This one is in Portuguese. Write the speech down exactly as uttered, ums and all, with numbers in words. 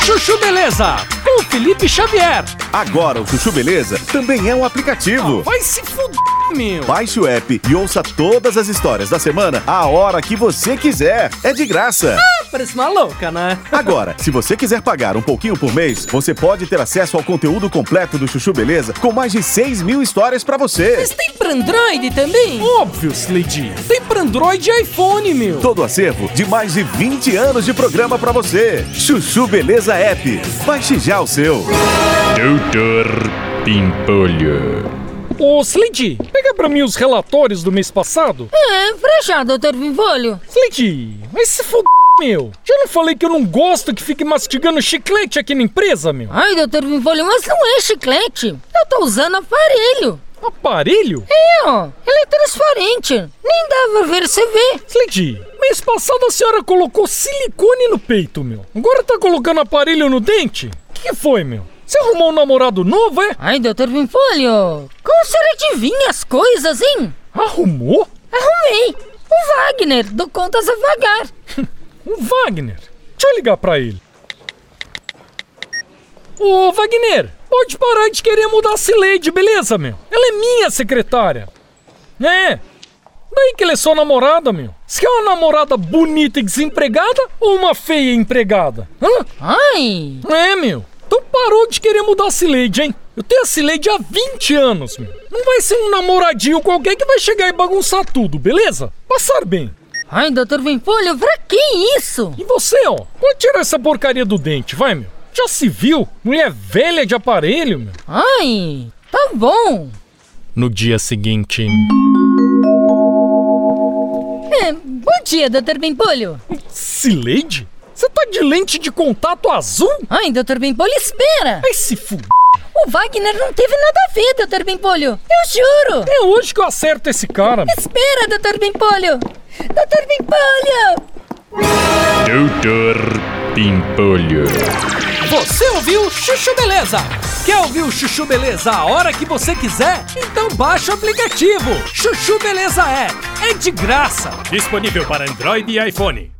Chuchu Beleza, com o Felipe Xavier. Agora o Chuchu Beleza também é um aplicativo. Ah, vai se fuder, meu. Baixe o app e ouça todas as histórias da semana a hora que você quiser. É de graça. Ah, parece uma louca, né? Agora, se você quiser pagar um pouquinho por mês, você pode ter acesso ao conteúdo completo do Chuchu Beleza com mais de seis mil histórias pra você. Mas tem pra Android também? Óbvio, Slade. Tem pra Android e iPhone, meu. Todo acervo de mais de vinte anos de programa pra você. Chuchu Beleza App. Baixe já o seu. Doutor Pimpolho. Ô, Slade, pega pra mim os relatórios do mês passado. É, pra já, doutor Pimpolho. Slade, mas se fuder, meu. Já não falei que eu não gosto que fique mastigando chiclete aqui na empresa, meu. Ai, doutor Pimpolho, mas não é chiclete. Eu tô usando aparelho. Aparelho? É, ó. Ele é transparente. Nem dá pra ver, você vê. Slade, mês passado a senhora colocou silicone no peito, meu. Agora tá colocando aparelho no dente? O que, que foi, meu? Você arrumou um namorado novo, é? Ai, doutor Pimpolho, como o senhor adivinha as coisas, hein? Arrumou? Arrumei. O Wagner, do Contas a Vagar. O Wagner? Deixa eu ligar pra ele. Ô, Wagner, pode parar de querer mudar a Cileide, beleza, meu? Ela é minha secretária. É. Daí que ela é sua namorada, meu. Você quer uma namorada bonita e desempregada ou uma feia empregada? Hã? Ai. É, meu. Então parou de querer mudar a Cileide, hein? Eu tenho a Cileide há vinte anos, meu. Não vai ser um namoradinho qualquer que vai chegar e bagunçar tudo, beleza? Passar bem. Ai, doutor Pimpolho, pra que isso? E você, ó, pode tirar essa porcaria do dente, vai, meu. Já se viu? Mulher velha de aparelho, meu. Ai, tá bom. No dia seguinte... É, bom dia, doutor Pimpolho. Cileide? Você tá de lente de contato azul? Ai, doutor Pimpolho, espera. Vai se fuder. O Wagner não teve nada a ver, doutor Pimpolho. Eu juro. É hoje que eu acerto esse cara. Espera, doutor Pimpolho. doutor Pimpolho. Doutor Pimpolho. Você ouviu Chuchu Beleza? Quer ouvir o Chuchu Beleza a hora que você quiser? Então baixa o aplicativo Chuchu Beleza App. É de graça. Disponível para Android e iPhone.